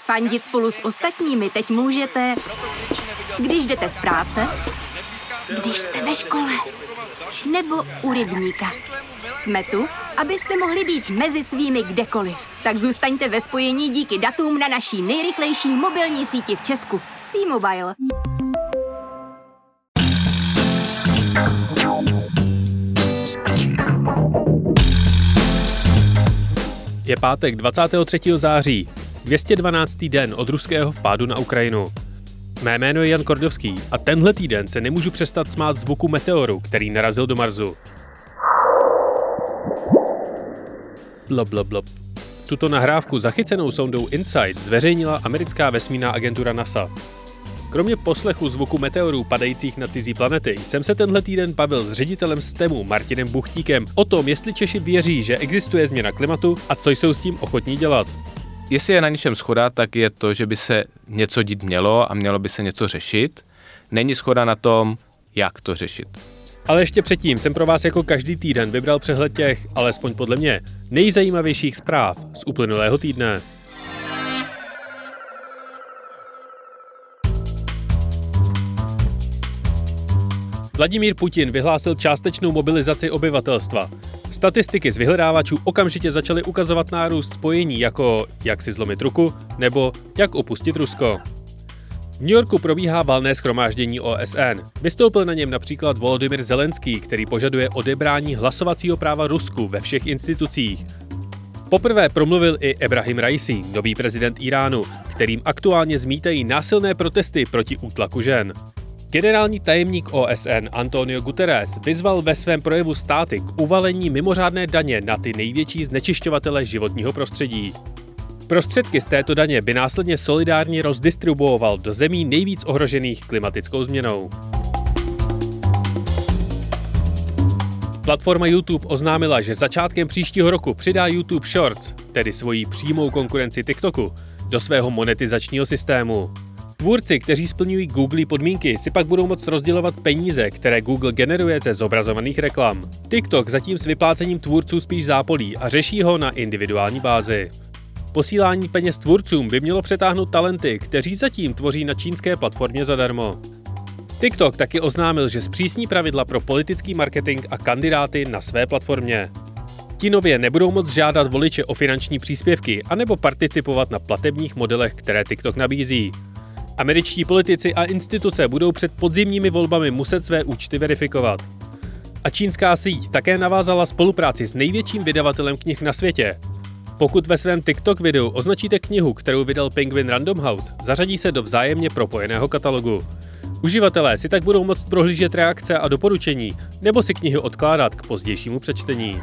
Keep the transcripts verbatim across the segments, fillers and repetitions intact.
Fandit spolu s ostatními teď můžete, když jdete z práce, když jste ve škole, nebo u rybníka. Jsme tu, abyste mohli být mezi svými kdekoliv. Tak zůstaňte ve spojení díky datům na naší nejrychlejší mobilní síti v Česku. T-Mobile. Je pátek dvacátého třetího září, dvě stě dvanáctý den od ruského vpádu na Ukrajinu. Mé jméno je Jan Kordovský a tenhle týden se nemůžu přestat smát zvuku meteoru, který narazil do Marsu. Blob, blob, blob. Tuto nahrávku zachycenou sondou InSight zveřejnila americká vesmírná agentura NASA. Kromě poslechu zvuku meteorů padajících na cizí planety jsem se tenhle týden bavil s ředitelem STEMu Martinem Buchtíkem o tom, jestli Češi věří, že existuje změna klimatu a co jsou s tím ochotní dělat. Jestli je na něčem shoda, tak je to, že by se něco dít mělo a mělo by se něco řešit. Není shoda na tom, jak to řešit. Ale ještě předtím jsem pro vás jako každý týden vybral přehled těch, alespoň podle mě, nejzajímavějších zpráv z uplynulého týdne. Vladimír Putin vyhlásil částečnou mobilizaci obyvatelstva. Statistiky z vyhledávačů okamžitě začaly ukazovat nárůst spojení jako jak si zlomit ruku nebo jak opustit Rusko. V New Yorku probíhá valné shromáždění O S N. Vystoupil na něm například Volodymyr Zelenský, který požaduje odebrání hlasovacího práva Rusku ve všech institucích. Poprvé promluvil i Ebrahim Raisi, nový prezident Iránu, kterým aktuálně zmítají násilné protesty proti útlaku žen. Generální tajemník O S N Antonio Guterres vyzval ve svém projevu státy k uvalení mimořádné daně na ty největší znečišťovatele životního prostředí. Prostředky z této daně by následně solidárně rozdistribuoval do zemí nejvíc ohrožených klimatickou změnou. Platforma YouTube oznámila, že začátkem příštího roku přidá YouTube Shorts, tedy svoji přímou konkurenci TikToku, do svého monetizačního systému. Tvůrci, kteří splňují Google podmínky, si pak budou moct rozdělovat peníze, které Google generuje ze zobrazovaných reklam. TikTok zatím s vyplácením tvůrců spíš zápolí a řeší ho na individuální bázi. Posílání peněz tvůrcům by mělo přetáhnout talenty, kteří zatím tvoří na čínské platformě zadarmo. TikTok taky oznámil, že zpřísní pravidla pro politický marketing a kandidáty na své platformě. Ti nově nebudou moct žádat voliče o finanční příspěvky anebo participovat na platebních modelech, které TikTok nabízí. Američtí politici a instituce budou před podzimními volbami muset své účty verifikovat. A čínská síť také navázala spolupráci s největším vydavatelem knih na světě. Pokud ve svém TikTok videu označíte knihu, kterou vydal Penguin Random House, zařadí se do vzájemně propojeného katalogu. Uživatelé si tak budou moct prohlížet reakce a doporučení, nebo si knihy odkládat k pozdějšímu přečtení.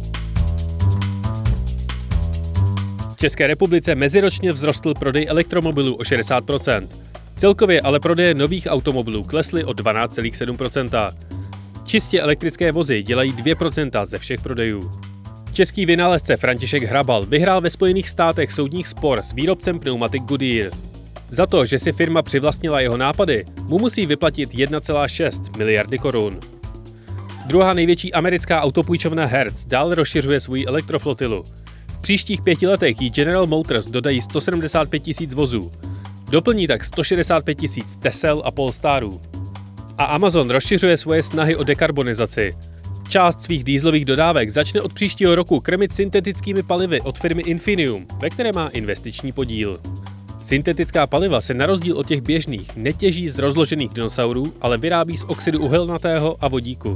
V České republice meziročně vzrostl prodej elektromobilů o šedesát procent. Celkově ale prodeje nových automobilů klesly o dvanáct celá sedm procenta. Čistě elektrické vozy dělají dvě procenta ze všech prodejů. Český vynálezce František Hrabal vyhrál ve Spojených státech soudních spor s výrobcem pneumatik Goodyear. Za to, že si firma přivlastnila jeho nápady, mu musí vyplatit jedna celá šest miliardy korun. Druhá největší americká autopůjčovna Hertz dál rozšiřuje svou elektroflotilu. V příštích pěti letech jí General Motors dodají sto sedmdesát pět tisíc vozů. Doplní tak sto šedesát pět tisíc Tesel a Polestarů. A Amazon rozšiřuje svoje snahy o dekarbonizaci. Část svých dýzlových dodávek začne od příštího roku krmit syntetickými palivy od firmy Infinium, ve které má investiční podíl. Syntetická paliva se na rozdíl od těch běžných netěží z rozložených dinosaurů, ale vyrábí z oxidu uhelnatého a vodíku.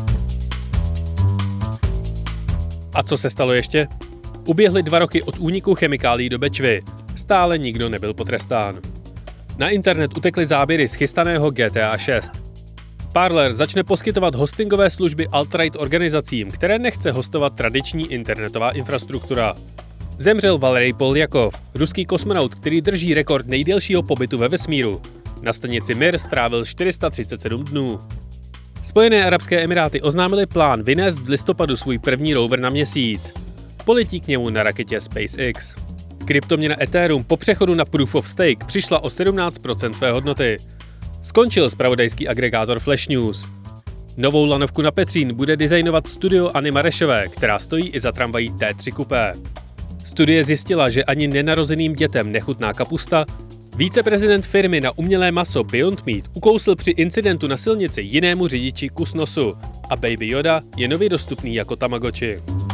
A co se stalo ještě? Uběhly dva roky od úniku chemikálií do Bečvy. Stále nikdo nebyl potrestán. Na internet utekly záběry z chystaného G T A šest. Parler začne poskytovat hostingové služby alt-right organizacím, které nechce hostovat tradiční internetová infrastruktura. Zemřel Valerij Poljakov, ruský kosmonaut, který drží rekord nejdelšího pobytu ve vesmíru. Na stanici Mir strávil čtyři sta třicet sedm dnů. Spojené arabské emiráty oznámily plán vynést v listopadu svůj první rover na měsíc. Poletí k němu na raketě SpaceX. Kryptoměna Ethereum po přechodu na Proof of Stake přišla o sedmnáct procent své hodnoty. Skončil zpravodajský agregátor Flash News. Novou lanovku na Petřín bude designovat studio Anny Marešové, která stojí i za tramvají T tři kupé. Studie zjistila, že ani nenarozeným dětem nechutná kapusta, viceprezident firmy na umělé maso Beyond Meat ukousl při incidentu na silnici jinému řidiči kus nosu a Baby Yoda je nově dostupný jako Tamagotchi.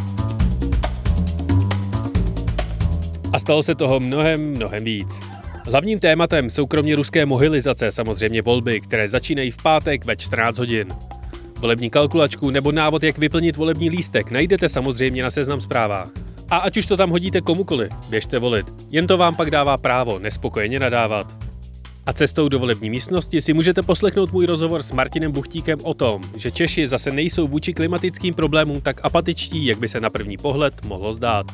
A stalo se toho mnohem, mnohem víc. Hlavním tématem jsou kromě ruské mohylizace samozřejmě volby, které začínají v pátek ve čtrnáct hodin. Volební kalkulačku nebo návod, jak vyplnit volební lístek, najdete samozřejmě na Seznam Zprávách. A ať už to tam hodíte komukoli, běžte volit. Jen to vám pak dává právo nespokojeně nadávat. A cestou do volební místnosti si můžete poslechnout můj rozhovor s Martinem Buchtíkem o tom, že Češi zase nejsou vůči klimatickým problémům tak apatičtí, jak by se na první pohled mohlo zdát.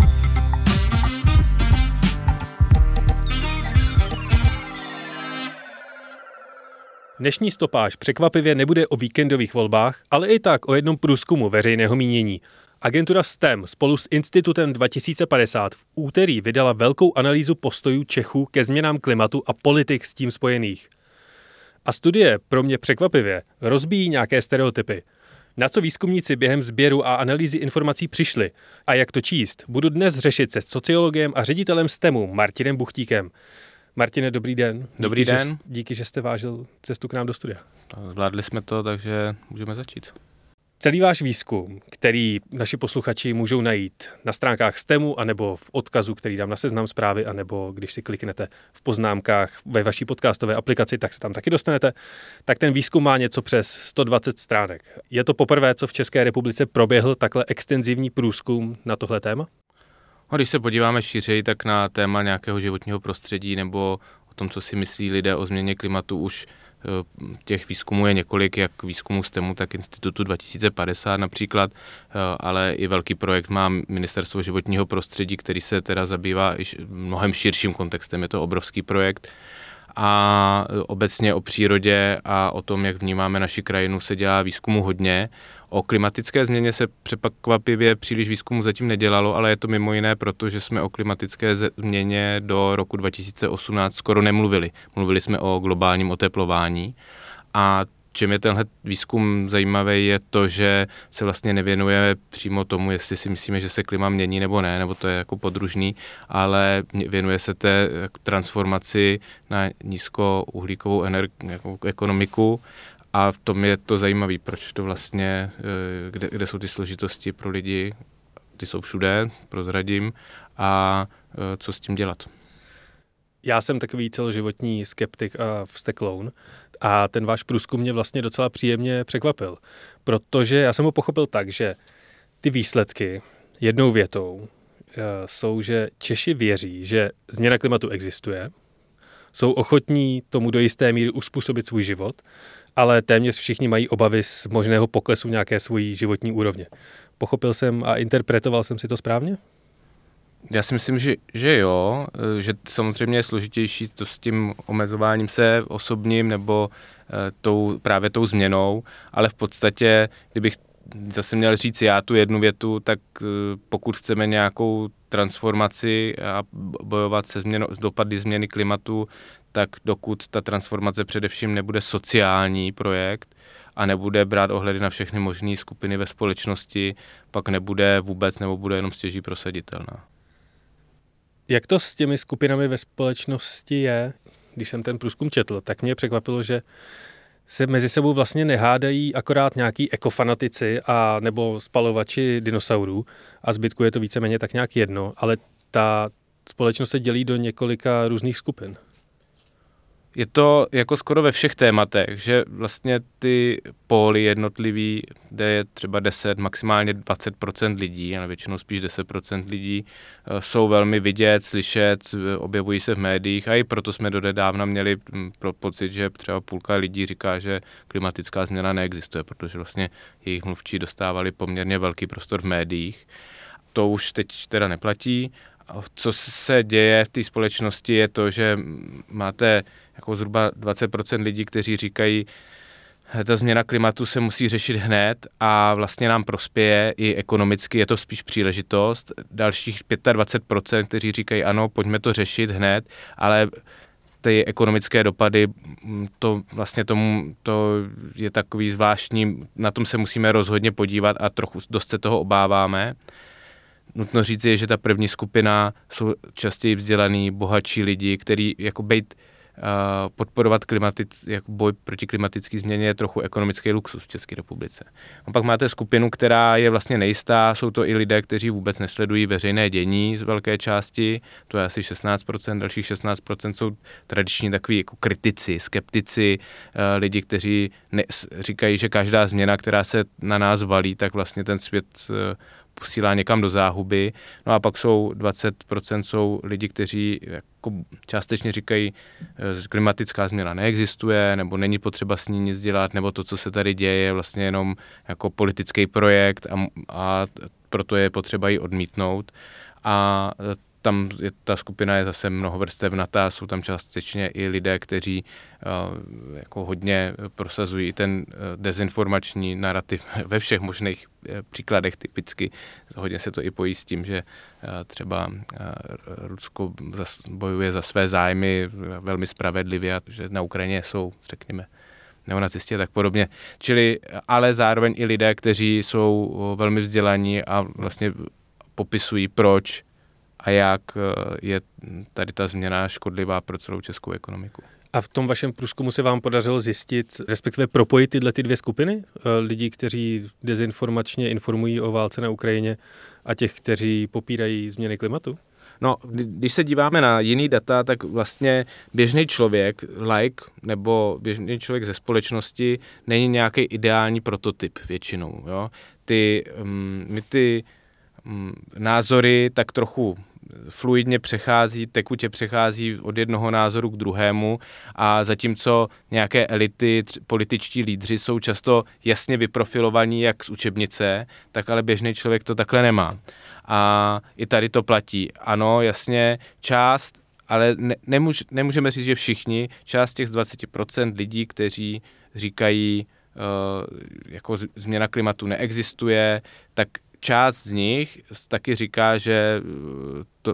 Dnešní stopáž překvapivě nebude o víkendových volbách, ale i tak o jednom průzkumu veřejného mínění. Agentura S T E M spolu s Institutem dva tisíce padesát v úterý vydala velkou analýzu postojů Čechů ke změnám klimatu a politik s tím spojených. A studie, pro mě překvapivě, rozbíjí nějaké stereotypy. Na co výzkumníci během sběru a analýzy informací přišli a jak to číst, budu dnes řešit se sociologem a ředitelem S T E M u Martinem Buchtíkem. Martine, dobrý den. Dobrý díky, den. Že, díky, že jste vážil cestu k nám do studia. Zvládli jsme to, takže můžeme začít. Celý váš výzkum, který naši posluchači můžou najít na stránkách S T E M u, anebo v odkazu, který dám na Seznam Zprávy, anebo když si kliknete v poznámkách ve vaší podcastové aplikaci, tak se tam taky dostanete, tak ten výzkum má něco přes sto dvacet stránek. Je to poprvé, co v České republice proběhl takhle extenzivní průzkum na tohle téma? No, když se podíváme šířeji, tak na téma nějakého životního prostředí nebo o tom, co si myslí lidé o změně klimatu, už těch výzkumů je několik, jak výzkumů S T E M u, tak Institutu dva tisíce padesát například, ale i velký projekt má Ministerstvo životního prostředí, který se teda zabývá i mnohem širším kontextem, je to obrovský projekt. A obecně o přírodě a o tom, jak vnímáme naši krajinu, se dělá výzkumu hodně. O klimatické změně se překvapivě příliš výzkumu zatím nedělalo, ale je to mimo jiné, protože jsme o klimatické změně do roku dva tisíce osmnáct skoro nemluvili. Mluvili jsme o globálním oteplování a čem je tenhle výzkum zajímavý, je to, že se vlastně nevěnuje přímo tomu, jestli si myslíme, že se klima mění nebo ne, nebo to je jako podružný, ale věnuje se té transformaci na nízkouhlíkovou energi- jako ekonomiku a v tom je to zajímavé, proč to vlastně, kde, kde jsou ty složitosti pro lidi, ty jsou všude, prozradím, a co s tím dělat. Já jsem takový celoživotní skeptik a vztekloun a ten váš průzkum mě vlastně docela příjemně překvapil, protože já jsem ho pochopil tak, že ty výsledky jednou větou jsou, že Češi věří, že změna klimatu existuje, jsou ochotní tomu do jisté míry uspůsobit svůj život, ale téměř všichni mají obavy z možného poklesu nějaké svojí životní úrovně. Pochopil jsem a interpretoval jsem si to správně? Já si myslím, že, že jo, že samozřejmě je složitější to s tím omezováním se osobním nebo e, tou, právě tou změnou, ale v podstatě, kdybych zase měl říct já tu jednu větu, tak e, pokud chceme nějakou transformaci a bojovat se změnou, s dopady změny klimatu, tak dokud ta transformace především nebude sociální projekt a nebude brát ohledy na všechny možné skupiny ve společnosti, pak nebude vůbec nebo bude jenom stěží prosaditelná. Jak to s těmi skupinami ve společnosti je? Když jsem ten průzkum četl, tak mě překvapilo, že se mezi sebou vlastně nehádají akorát nějaký ekofanatici a nebo spalovači dinosaurů a zbytku je to víceméně tak nějak jedno, ale ta společnost se dělí do několika různých skupin. Je to jako skoro ve všech tématech, že vlastně ty póly jednotlivý, kde je třeba deset, maximálně dvacet procent lidí, ale většinou spíš deset procent lidí, jsou velmi vidět, slyšet, objevují se v médiích a i proto jsme dodedávna měli pocit, že třeba půlka lidí říká, že klimatická změna neexistuje, protože vlastně jejich mluvčí dostávali poměrně velký prostor v médiích. To už teď teda neplatí. Co se děje v té společnosti je to, že máte jako zhruba dvacet procent lidí, kteří říkají, ta změna klimatu se musí řešit hned a vlastně nám prospěje i ekonomicky, je to spíš příležitost. Dalších dvacet pět procent, kteří říkají, ano, pojďme to řešit hned, ale ty ekonomické dopady, to vlastně tomu, to je takový zvláštní, na tom se musíme rozhodně podívat a trochu dost se toho obáváme. nutno říct je, že ta první skupina jsou častěji vzdělaný, bohatší lidi, který jako bejt Uh, podporovat klimatic, jako boj proti klimatické změně je trochu ekonomický luxus v České republice. A pak máte skupinu, která je vlastně nejistá, jsou to i lidé, kteří vůbec nesledují veřejné dění z velké části, to je asi šestnáct procent, dalších šestnáct procent jsou tradiční takový jako kritici, skeptici, uh, lidi, kteří ne, říkají, že každá změna, která se na nás valí, tak vlastně ten svět uh, posílá někam do záhuby. No a pak jsou dvacet procent jsou lidi, kteří jako částečně říkají, že klimatická změna neexistuje, nebo není potřeba s ní nic dělat, nebo to, co se tady děje, je vlastně jenom jako politický projekt a, a proto je potřeba ji odmítnout. A tam je, ta skupina je zase mnohovrstevnatá, jsou tam částečně i lidé, kteří uh, jako hodně prosazují ten uh, dezinformační narrativ ve všech možných uh, příkladech typicky. Hodně se to i pojí s tím, že uh, třeba uh, Rusko zas, bojuje za své zájmy uh, velmi spravedlivě a že na Ukrajině jsou, řekněme, neonacisti a tak podobně. Čili, ale zároveň i lidé, kteří jsou uh, velmi vzdělaní a vlastně popisují, proč a jak je tady ta změna škodlivá pro celou českou ekonomiku. A v tom vašem průzkumu se vám podařilo zjistit, respektive propojit tyhle ty dvě skupiny? Lidí, kteří dezinformačně informují o válce na Ukrajině a těch, kteří popírají změny klimatu? No, když se díváme na jiný data, tak vlastně běžný člověk, like, nebo běžný člověk ze společnosti není nějaký ideální prototyp většinou. Jo? Ty, um, my ty um, názory tak trochu fluidně přechází, tekutě přechází od jednoho názoru k druhému a zatímco nějaké elity, tř- političtí lídři jsou často jasně vyprofilovaní jak z učebnice, tak ale běžný člověk to takhle nemá. A i tady to platí. Ano, jasně, část, ale ne, nemůž, nemůžeme říct, že všichni, část těch z dvacet procent lidí, kteří říkají, uh, jako změna klimatu neexistuje, tak část z nich taky říká, že, to,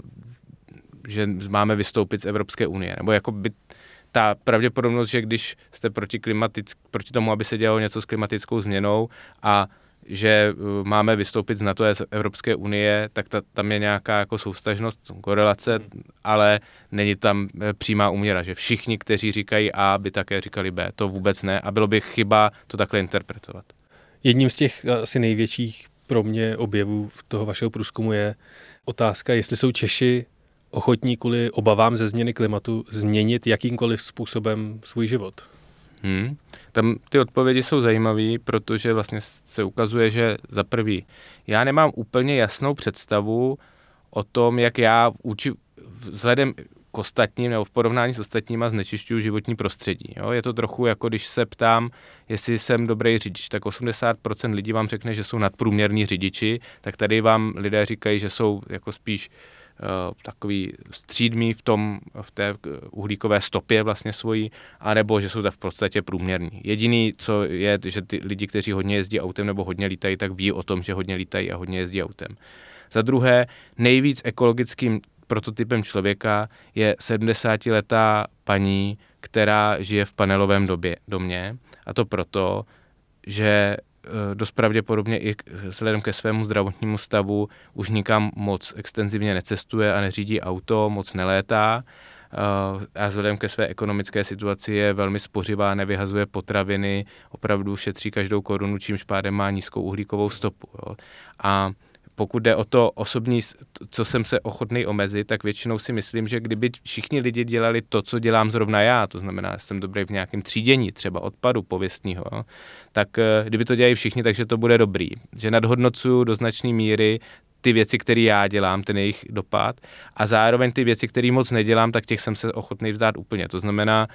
že máme vystoupit z Evropské unie. Nebo jako by ta pravděpodobnost, že když jste proti, klimatick, proti tomu, aby se dělalo něco s klimatickou změnou a že máme vystoupit z NATO a z Evropské unie, tak ta, tam je nějaká jako souvztažnost, korelace, ale není tam přímá úměra, že všichni, kteří říkají A, by také říkali B. To vůbec ne a bylo by chyba to takhle interpretovat. Jedním z těch asi největších pro mě objevů v toho vašeho průzkumu je otázka, jestli jsou Češi ochotní kvůli obavám ze změny klimatu změnit jakýmkoliv způsobem svůj život. Hmm. Tam ty odpovědi jsou zajímavé, protože vlastně se ukazuje, že za prvý, já nemám úplně jasnou představu o tom, jak já uči, vzhledem k ostatním nebo v porovnání s ostatníma znečišťuju životní prostředí. Jo? Je to trochu jako když se ptám, jestli jsem dobrý řidič, tak osmdesát procent lidí vám řekne, že jsou nadprůměrní řidiči, tak tady vám lidé říkají, že jsou jako spíš uh, takový střídmí v tom, v té uhlíkové stopě vlastně svojí, anebo že jsou tak v podstatě průměrní. Jediný, co je, že ty lidi, kteří hodně jezdí autem nebo hodně lítají, tak ví o tom, že hodně lítají a hodně jezdí autem. Za druhé, nejvíc ekologickým prototypem člověka je sedmdesátiletá paní, která žije v panelovém době, domě a to proto, že dost pravděpodobně i vzhledem ke svému zdravotnímu stavu už nikam moc extenzivně necestuje a neřídí auto, moc nelétá a vzhledem ke své ekonomické situaci je velmi spořivá, nevyhazuje potraviny, opravdu šetří každou korunu, čímž pádem má nízkou uhlíkovou stopu. Jo. A pokud jde o to osobní, co jsem se ochotný omezit, tak většinou si myslím, že kdyby všichni lidi dělali to, co dělám zrovna já, to znamená, že jsem dobrý v nějakém třídění, třeba odpadu pověstního, tak kdyby to dělají všichni, takže to bude dobrý. Že nadhodnocuju do značné míry ty věci, které já dělám, ten jejich dopad a zároveň ty věci, které moc nedělám, tak těch jsem se ochotný vzdát úplně. To znamená,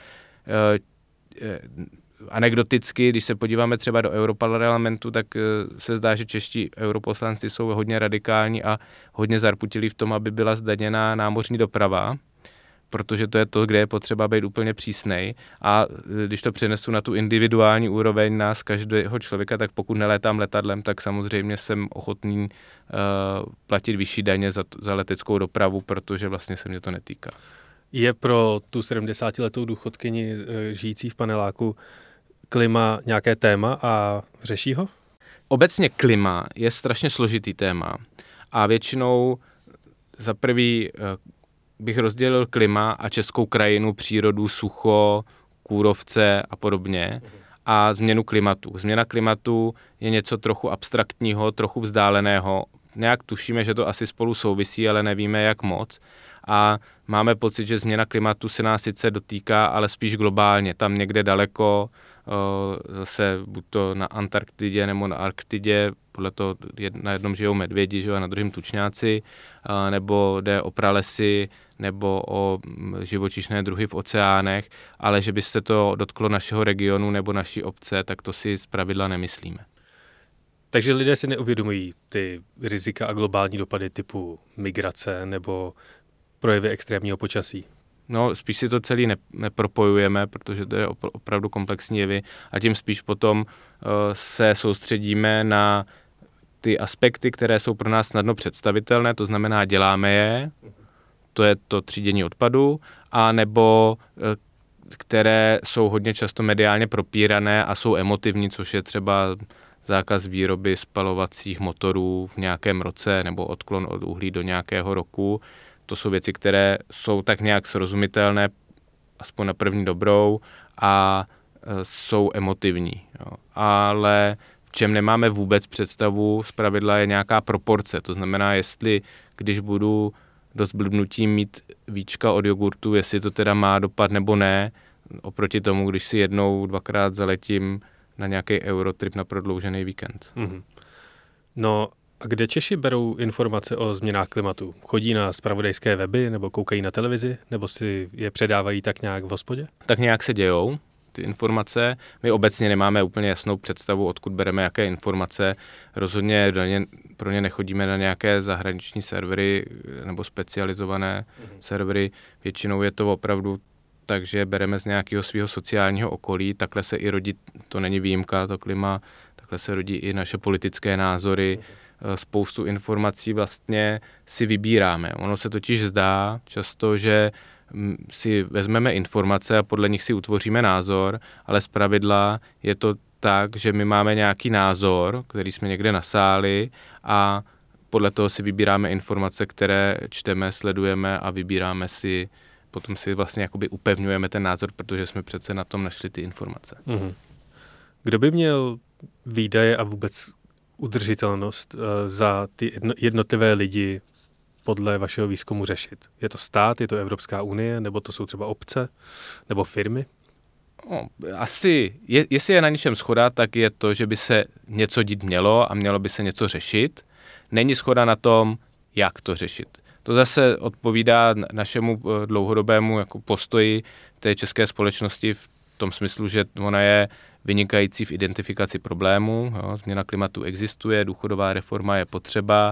anekdoticky, když se podíváme třeba do Europarlamentu, tak se zdá, že čeští europoslanci jsou hodně radikální a hodně zarputili v tom, aby byla zdaněná námořní doprava, protože to je to, kde je potřeba být úplně přísnej. A když to přenesu na tu individuální úroveň nás každého člověka, tak pokud nelétám letadlem, tak samozřejmě jsem ochotný uh, platit vyšší daně za, za leteckou dopravu, protože vlastně se mě to netýká. Je pro tu sedmdesátiletou důchodkyni žijící v paneláku klima nějaké téma a řeší ho? Obecně klima je strašně složitý téma A většinou za prvý bych rozdělil klima a českou krajinu, přírodu, sucho, kůrovce a podobně a změnu klimatu. Změna klimatu je něco trochu abstraktního, trochu vzdáleného. Nějak tušíme, že to asi spolu souvisí, ale nevíme, jak moc. A máme pocit, že změna klimatu se nás sice dotýká, ale spíš globálně. Tam někde daleko, zase buď to na Antarktidě nebo na Arktidě, podle toho na jednom žijou medvědi, že, a na druhém tučňáci, nebo jde o pralesy, nebo o živočišné druhy v oceánech, ale že by se to dotklo našeho regionu nebo naší obce, tak to si zpravidla nemyslíme. Takže lidé si neuvědomují ty rizika a globální dopady typu migrace nebo projevy extrémního počasí. No, spíš si to celý ne, nepropojujeme, protože to je opravdu komplexní jevy a tím spíš potom uh, se soustředíme na ty aspekty, které jsou pro nás snadno představitelné, to znamená děláme je, to je to třídění odpadu, a nebo uh, které jsou hodně často mediálně propírané a jsou emotivní, což je třeba zákaz výroby spalovacích motorů v nějakém roce nebo odklon od uhlí do nějakého roku. To jsou věci, které jsou tak nějak srozumitelné, aspoň na první dobrou, a jsou emotivní. Jo. Ale v čem nemáme vůbec představu, zpravidla je nějaká proporce. To znamená, jestli když budu dost blbnutí mít víčka od jogurtu, jestli to teda má dopad nebo ne, oproti tomu, když si jednou, dvakrát zaletím na nějaký Eurotrip na prodloužený víkend. Mm-hmm. No a kde Češi berou informace o změnách klimatu? Chodí na zpravodajské weby nebo koukají na televizi? Nebo si je předávají tak nějak v hospodě? Tak nějak se dějou ty informace. My obecně nemáme úplně jasnou představu, odkud bereme jaké informace. Rozhodně pro ně nechodíme na nějaké zahraniční servery nebo specializované mm-hmm. servery. Většinou je to opravdu takže bereme z nějakého svého sociálního okolí, takhle se i rodí, to není výjimka, to klima, takhle se rodí i naše politické názory, spoustu informací vlastně si vybíráme. Ono se totiž zdá často, že si vezmeme informace a podle nich si utvoříme názor, ale zpravidla je to tak, že my máme nějaký názor, který jsme někde nasáli, a podle toho si vybíráme informace, které čteme, sledujeme a vybíráme si, potom si vlastně jakoby upevňujeme ten názor, protože jsme přece na tom našli ty informace. Mm-hmm. Kdo by měl výdaje a vůbec udržitelnost uh, za ty jedno, jednotlivé lidi podle vašeho výzkumu řešit? Je to stát, je to Evropská unie, nebo to jsou třeba obce, nebo firmy? No, asi, je, jestli je na něčem shoda, tak je to, že by se něco dít mělo a mělo by se něco řešit. Není shoda na tom, jak to řešit. To zase odpovídá našemu dlouhodobému jako postoji té české společnosti v tom smyslu, že ona je vynikající v identifikaci problémů. Jo, změna klimatu existuje, důchodová reforma je potřeba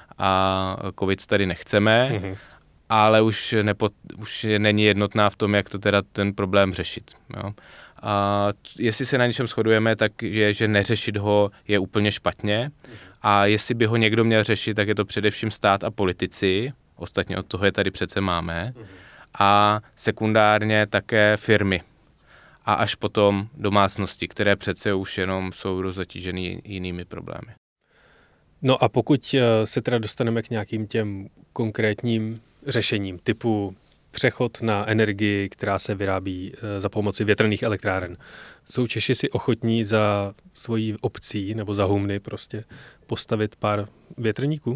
a covid tady nechceme, mm-hmm. ale už, nepo, už není jednotná v tom, jak to teda ten problém řešit. Jo. A jestli se na něčem shodujeme, tak je, že neřešit ho je úplně špatně. A jestli by ho někdo měl řešit, tak je to především stát a politici. Ostatně od toho je tady přece máme. A sekundárně také firmy. A až potom domácnosti, které přece už jenom jsou zatíženy jinými problémy. No a pokud se teda dostaneme k nějakým těm konkrétním řešením, typu přechod na energii, která se vyrábí za pomoci větrných elektráren. Jsou Češi si ochotní za svojí obcí nebo za humny prostě postavit pár větrníků?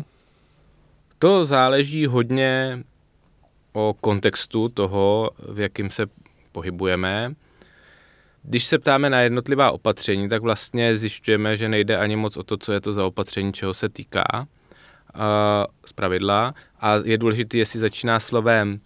To záleží hodně o kontextu toho, v jakým se pohybujeme. Když se ptáme na jednotlivá opatření, tak vlastně zjišťujeme, že nejde ani moc o to, co je to za opatření, čeho se týká uh, zpravidla. A je důležité, jestli začíná slovem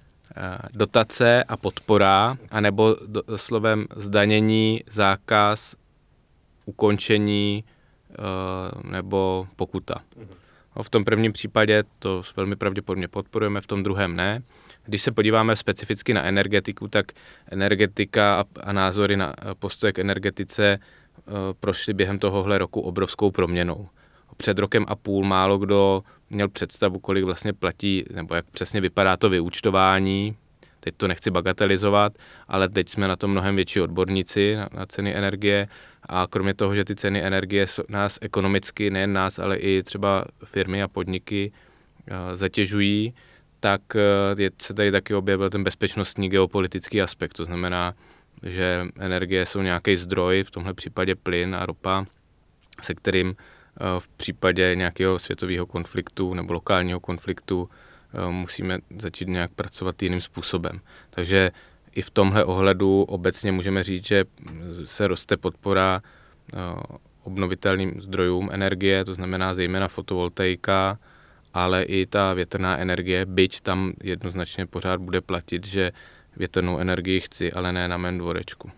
dotace a podpora, anebo do, slovem zdanění, zákaz, ukončení e, nebo pokuta. No, v tom prvním případě to velmi pravděpodobně podporujeme, v tom druhém ne. Když se podíváme specificky na energetiku, tak energetika a, a názory na postoje k energetice e, prošly během tohohle roku obrovskou proměnou. Před rokem a půl málo kdo měl představu, kolik vlastně platí, nebo jak přesně vypadá to vyúčtování. teď to nechci bagatelizovat, ale teď jsme na to mnohem větší odborníci na, na ceny energie a kromě toho, že ty ceny energie nás ekonomicky, nejen nás, ale i třeba firmy a podniky zatěžují, tak je, se tady taky objevil ten bezpečnostní geopolitický aspekt. To znamená, že energie jsou nějaký zdroj, v tomhle případě plyn a ropa, se kterým v případě nějakého světového konfliktu nebo lokálního konfliktu musíme začít nějak pracovat jiným způsobem. Takže i v tomhle ohledu obecně můžeme říct, že se roste podpora obnovitelným zdrojům energie, to znamená zejména fotovoltaika, ale i ta větrná energie, byť tam jednoznačně pořád bude platit, že větrnou energii chci, ale ne na mém dvorečku.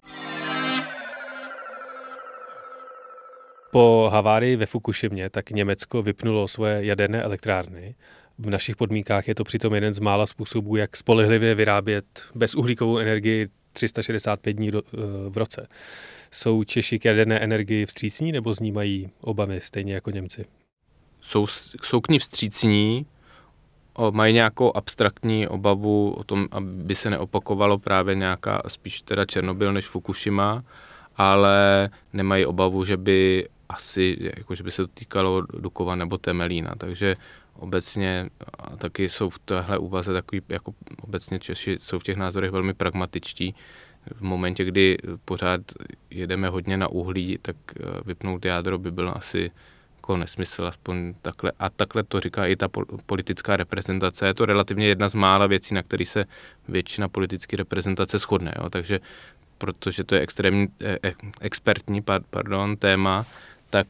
Po havárii ve Fukušimě tak Německo vypnulo svoje jaderné elektrárny. V našich podmínkách je to přitom jeden z mála způsobů, jak spolehlivě vyrábět bezuhlíkovou energii tři sta šedesát pět dní v roce. Jsou Češi k jaderné energii vstřícní nebo z ní mají obavy stejně jako Němci? Jsou, jsou k ní vstřícní, mají nějakou abstraktní obavu o tom, aby se neopakovalo právě nějaká spíš teda Černobyl než Fukušima, ale nemají obavu, že by asi, jako že by se to týkalo Dukovan nebo Temelína, takže obecně taky jsou v téhle úvaze takový, jako obecně Češi jsou v těch názorech velmi pragmatičtí. V momentě, kdy pořád jedeme hodně na uhlí, tak vypnout jádro by bylo asi jako nesmysl, aspoň takhle. A takhle to říká i ta politická reprezentace. Je to relativně jedna z mála věcí, na který se většina politické reprezentace shodne. Jo? Takže protože to je extrémní, eh, expertní pardon, téma, tak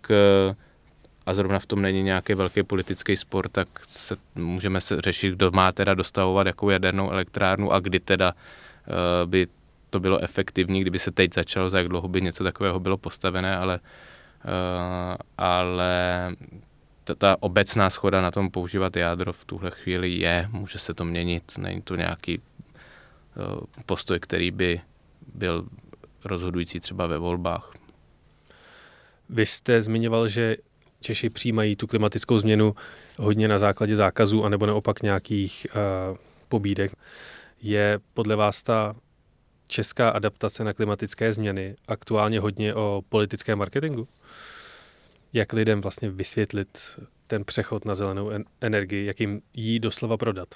a zrovna v tom není nějaký velký politický spor, tak se, můžeme se řešit, kdo má teda dostavovat jakou jadernou elektrárnu a kdy teda uh, by to bylo efektivní, kdyby se teď začalo, za jak dlouho by něco takového bylo postavené, ale, uh, ale ta, ta obecná shoda na tom používat jádro v tuhle chvíli je, může se to měnit, není to nějaký uh, postoj, který by byl rozhodující třeba ve volbách. Vy jste zmiňoval, že Češi přijímají tu klimatickou změnu hodně na základě zákazů anebo naopak nějakých uh, pobídek. Je podle vás ta česká adaptace na klimatické změny aktuálně hodně o politickém marketingu? Jak lidem vlastně vysvětlit ten přechod na zelenou energii, jak jim jí doslova prodat?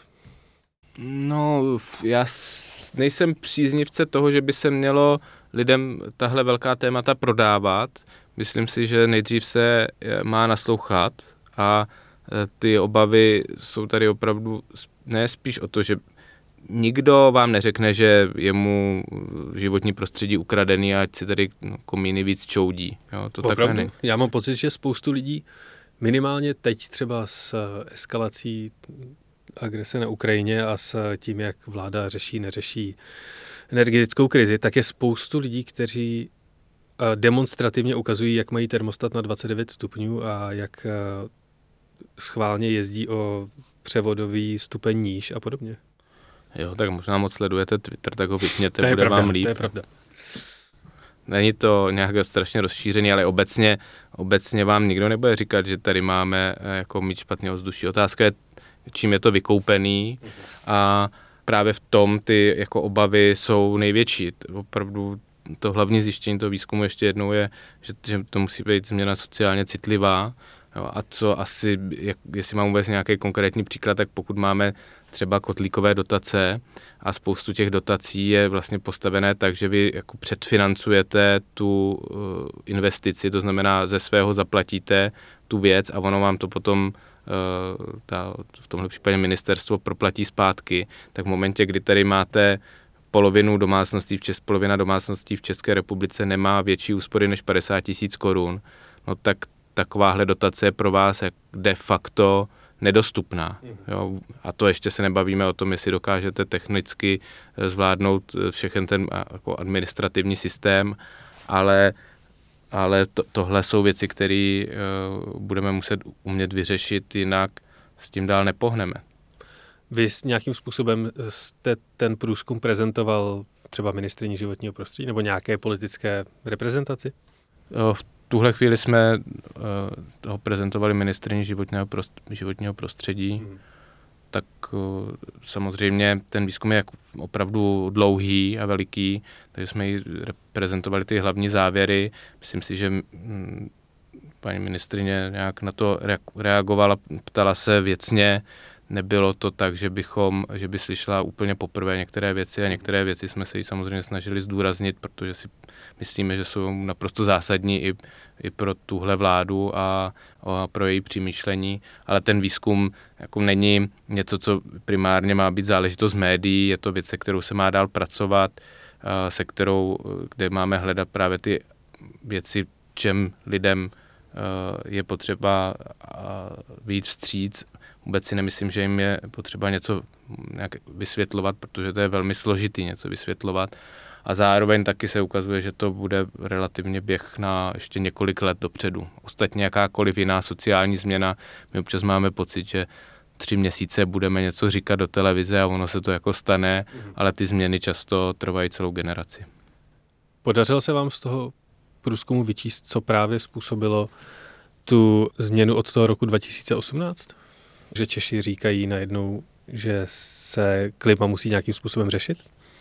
No, já nejsem příznivce toho, že by se mělo lidem tahle velká témata prodávat. Myslím si, že nejdřív se má naslouchat a ty obavy jsou tady opravdu ne spíš o to, že nikdo vám neřekne, že je mu životní prostředí ukradený a ať si tady komíny víc čoudí. Jo, to takhle ne. Já mám pocit, že spoustu lidí minimálně teď třeba s eskalací agrese na Ukrajině a s tím, jak vláda řeší, neřeší energetickou krizi, tak je spoustu lidí, kteří demonstrativně ukazují, jak mají termostat na dvacet devět stupňů a jak schválně jezdí o převodový stupeň níž a podobně. Jo, tak možná moc sledujete Twitter, tak ho vypněte, to bude pravda, vám líp. To je pravda. Není to nějak strašně rozšířený, ale obecně, obecně vám nikdo nebude říkat, že tady máme jako mít špatného vzduší. Otázka je, čím je to vykoupený a právě v tom ty jako obavy jsou největší. Opravdu to hlavní zjištění toho výzkumu ještě jednou je, že, že to musí být změna sociálně citlivá. Jo, a co asi, jak, jestli mám vůbec nějaký konkrétní příklad, tak pokud máme třeba kotlíkové dotace a spoustu těch dotací je vlastně postavené tak, že vy jako předfinancujete tu uh, investici, to znamená ze svého zaplatíte tu věc a ono vám to potom uh, ta, v tomhle případě ministerstvo proplatí zpátky, tak v momentě, kdy tady máte polovinu domácností v Čes, polovina domácností v České republice nemá větší úspory než padesát tisíc korun, no tak takováhle dotace je pro vás de facto nedostupná. Jo? A to ještě se nebavíme o tom, jestli dokážete technicky zvládnout všechen ten jako administrativní systém, ale, ale to, tohle jsou věci, které uh, budeme muset umět vyřešit, jinak s tím dál nepohneme. Vy s nějakým způsobem jste ten průzkum prezentoval třeba ministryni životního prostředí nebo nějaké politické reprezentaci? V tuhle chvíli jsme uh, ho prezentovali ministryni životního, prost, životního prostředí. Hmm. tak samozřejmě ten výzkum je opravdu dlouhý a veliký, takže jsme ji prezentovali ty hlavní závěry. Myslím si, že paní ministryně nějak na to reagovala, ptala se věcně. Nebylo to tak, že bychom, že by slyšela úplně poprvé některé věci a některé věci jsme se jí samozřejmě snažili zdůraznit, protože si myslíme, že jsou naprosto zásadní i, i pro tuhle vládu a, a pro její přemýšlení, ale ten výzkum jako není něco, co primárně má být záležitost médií, je to věc, se kterou se má dál pracovat, se kterou, kde máme hledat právě ty věci, čem lidem je potřeba vyjít vstříc. Vůbec si nemyslím, že jim je potřeba něco nějak vysvětlovat, protože to je velmi složitý něco vysvětlovat. A zároveň taky se ukazuje, že to bude relativně běh na ještě několik let dopředu. Ostatně jakákoliv jiná sociální změna, my občas máme pocit, že tři měsíce budeme něco říkat do televize a ono se to jako stane, ale ty změny často trvají celou generaci. Podařilo se vám z toho průzkumu vyčíst, co právě způsobilo tu změnu od toho roku dva tisíce osmnáct? Že Češi říkají najednou, že se klima musí nějakým způsobem řešit?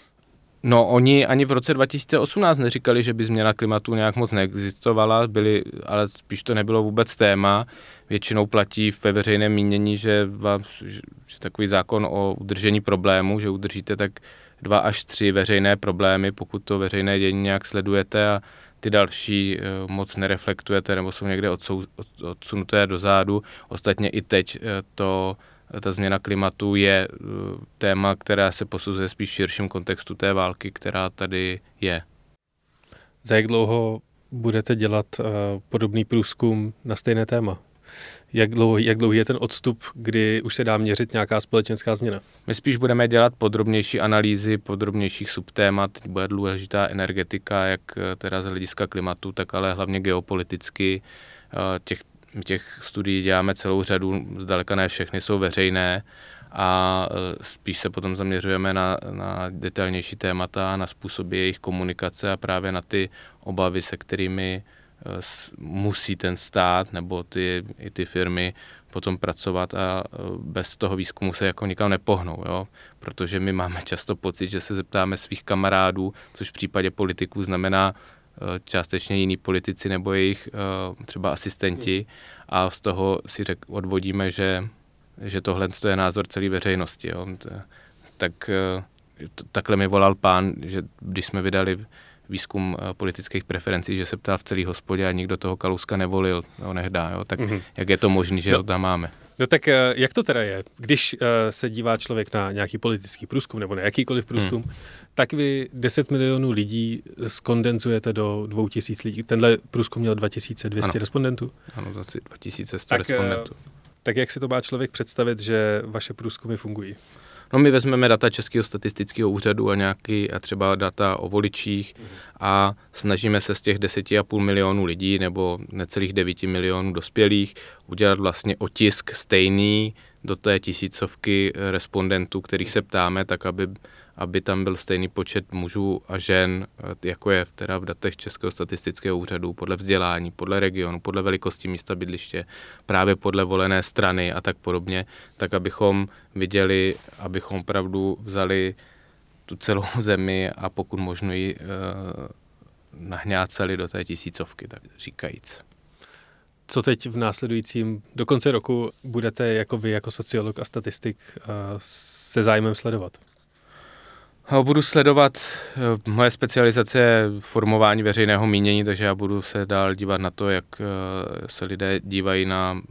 No, oni ani v roce dva tisíce osmnáct neříkali, že by změna klimatu nějak moc neexistovala, byli, ale spíš to nebylo vůbec téma. Většinou platí ve veřejném mínění, že, že takový zákon o udržení problému, že udržíte tak dva až tři veřejné problémy, pokud to veřejné dění nějak sledujete a ty další moc nereflektujete nebo jsou někde odsou, odsunuté dozadu. Ostatně i teď to, ta změna klimatu je téma, která se posuzuje spíš v širším kontextu té války, která tady je. Za jak dlouho budete dělat uh, podobný průzkum na stejné téma? Jak dlouhý, jak dlouhý je ten odstup, kdy už se dá měřit nějaká společenská změna? My spíš budeme dělat podrobnější analýzy podrobnějších subtémat. Bude důležitá energetika, jak teda z hlediska klimatu, tak ale hlavně geopoliticky. Těch, těch studií děláme celou řadu, zdaleka ne všechny jsou veřejné a spíš se potom zaměřujeme na, na detailnější témata, na způsoby jejich komunikace a právě na ty obavy, se kterými musí ten stát nebo ty, i ty firmy potom pracovat a bez toho výzkumu se jako nikam nepohnou, jo? Protože my máme často pocit, že se zeptáme svých kamarádů, což v případě politiků znamená částečně jiní politici nebo jejich třeba asistenti a z toho si řek, odvodíme, že, že tohle je názor celé veřejnosti. Jo? Tak takhle mi volal pán, že když jsme vydali výzkum politických preferencí, že se ptal v celý hospodě a nikdo toho Kalouska nevolil, ho nehdá, jo? Tak mm-hmm. jak je to možné, že no, ho tam máme? No tak jak to teda je? Když uh, se dívá člověk na nějaký politický průzkum nebo na jakýkoliv průzkum, hmm. tak vy deset milionů lidí skondenzujete do dvou tisíc lidí. Tenhle průzkum měl dva tisíce dvě stě ano. respondentů. Ano, zase dva tisíce sto respondentů. Uh, tak jak si to má člověk představit, že vaše průzkumy fungují? No my vezmeme data Českého statistického úřadu a nějaký a třeba data o voličích a snažíme se z těch deset a půl milionů lidí nebo necelých devět milionů dospělých udělat vlastně otisk stejný do té tisícovky respondentů, kterých se ptáme, tak aby, aby tam byl stejný počet mužů a žen, jako je teda v datech Českého statistického úřadu, podle vzdělání, podle regionu, podle velikosti místa bydliště, právě podle volené strany a tak podobně, tak abychom viděli, abychom opravdu vzali tu celou zemi a pokud možno ji eh, nahňáceli do té tisícovky, tak říkajíc. Co teď v následujícím, do konce roku budete jako vy, jako sociolog a statistik se zájmem sledovat? Budu sledovat, moje specializace je formování veřejného mínění, takže já budu se dál dívat na to, jak se lidé dívají na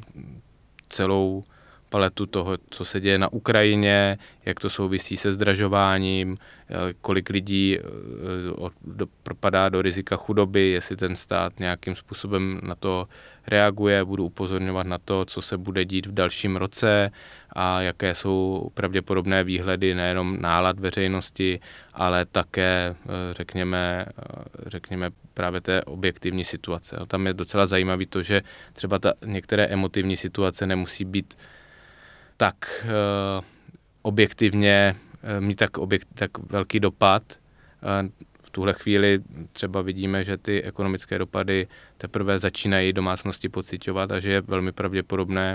celou paletu toho, co se děje na Ukrajině, jak to souvisí se zdražováním, kolik lidí propadá do rizika chudoby, jestli ten stát nějakým způsobem na to reaguje, budu upozorňovat na to, co se bude dít v dalším roce a jaké jsou pravděpodobné výhledy nejenom nálad veřejnosti, ale také, řekněme, řekněme právě té objektivní situace. Tam je docela zajímavé to, že třeba ta některé emotivní situace nemusí být tak uh, objektivně, uh, mít tak, objekt, tak velký dopad. Uh, v tuhle chvíli třeba vidíme, že ty ekonomické dopady teprve začínají domácnosti pociťovat a že je velmi pravděpodobné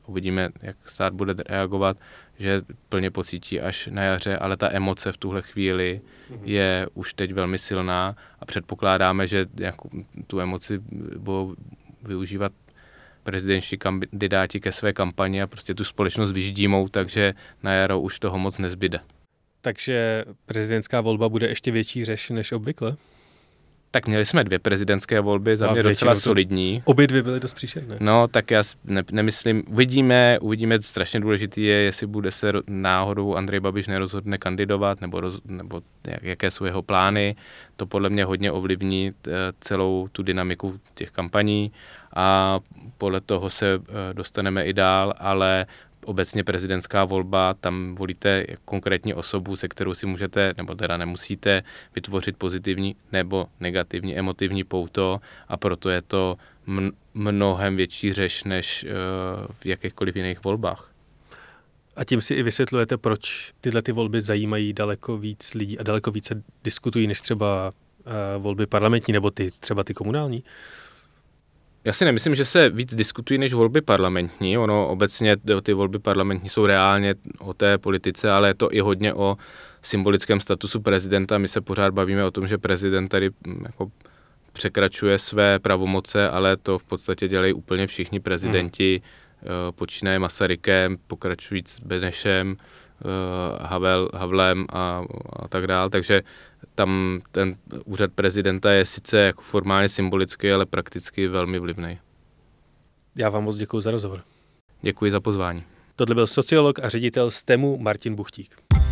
uvidíme, jak stát bude reagovat, že plně pocítí až na jaře, ale ta emoce v tuhle chvíli je už teď velmi silná a předpokládáme, že jako tu emoci budou využívat prezidentští kandidáti ke své kampani a prostě tu společnost vyždímou, takže na jaro už toho moc nezbyde. Takže prezidentská volba bude ještě větší řeš než obvykle? Tak měli jsme dvě prezidentské volby, za mě docela solidní. Obě dvě byly dost příšerné. No, tak já ne, nemyslím, uvidíme, uvidíme, strašně důležitý je, jestli bude se náhodou Andrej Babiš nerozhodne kandidovat, nebo, roz, nebo jak, jaké jsou jeho plány. To podle mě hodně ovlivní celou tu dynamiku těch kampaní a podle toho se dostaneme i dál, ale obecně prezidentská volba, tam volíte konkrétní osobu, se kterou si můžete, nebo teda nemusíte vytvořit pozitivní nebo negativní emotivní pouto a proto je to mnohem větší řeš než v jakýchkoliv jiných volbách. A tím si i vysvětlujete, proč tyhle ty volby zajímají daleko víc lidí a daleko více diskutují než třeba volby parlamentní nebo ty třeba ty komunální? Já si nemyslím, že se víc diskutují než volby parlamentní. Ono obecně ty volby parlamentní jsou reálně o té politice, ale je to i hodně o symbolickém statusu prezidenta. My se pořád bavíme o tom, že prezident tady jako překračuje své pravomoce, ale to v podstatě dělají úplně všichni prezidenti. Hmm. Počínaje Masarykem, pokračujíc Benešem, Havel, Havlem a, a tak dál. Takže tam ten úřad prezidenta je sice jako formálně symbolický, ale prakticky velmi vlivný. Já vám moc děkuji za rozhovor. Děkuji za pozvání. Tohle byl sociolog a ředitel STEMu Martin Buchtík.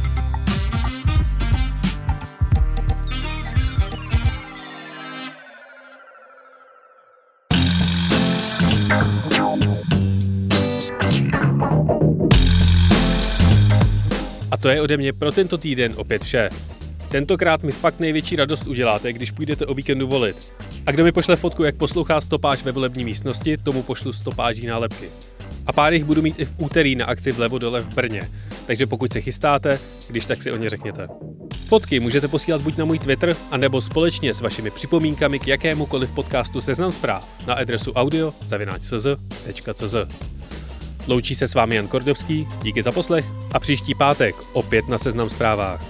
A to je ode mě pro tento týden opět vše. Tentokrát mi fakt největší radost uděláte, když půjdete o víkendu volit. A kdo mi pošle fotku, jak poslouchá stopáž ve volební místnosti, tomu pošlu stopáží nálepky. A pár jich budu mít i v úterý na akci Vlevo dole v Brně. Takže pokud se chystáte, když tak si o ně řekněte. Fotky můžete posílat buď na můj Twitter, anebo společně s vašimi připomínkami k jakémukoliv podcastu Seznam zpráv na adresu audio zavináč c z tečka c z. Loučí se s vámi Jan Kordovský, díky za poslech a příští pátek opět na Seznam zprávách.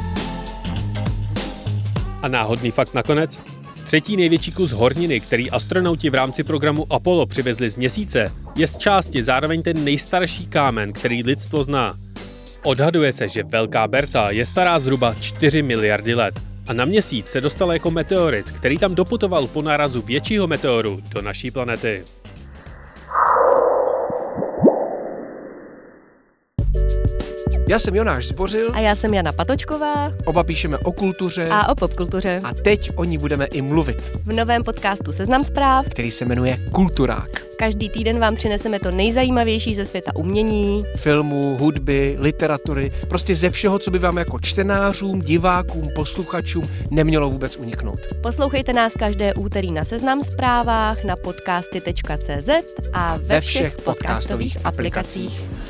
A náhodný fakt nakonec? Třetí největší kus horniny, který astronauti v rámci programu Apollo přivezli z Měsíce, je z části zároveň ten nejstarší kámen, který lidstvo zná. Odhaduje se, že Velká Berta je stará zhruba čtyři miliardy let a na Měsíc se dostal jako meteorit, který tam doputoval po nárazu většího meteoru do naší planety. Já jsem Jonáš Zbořil. A já jsem Jana Patočková. Oba píšeme o kultuře. A o popkultuře. A teď o ní budeme i mluvit. V novém podcastu Seznam zpráv, který se jmenuje Kulturák. Každý týden vám přineseme to nejzajímavější ze světa umění, filmu, hudby, literatury, prostě ze všeho, co by vám jako čtenářům, divákům, posluchačům nemělo vůbec uniknout. Poslouchejte nás každé úterý na Seznam zprávách, na podcasty tečka cé zet a ve, ve všech, všech podcastových aplikacích. aplikacích.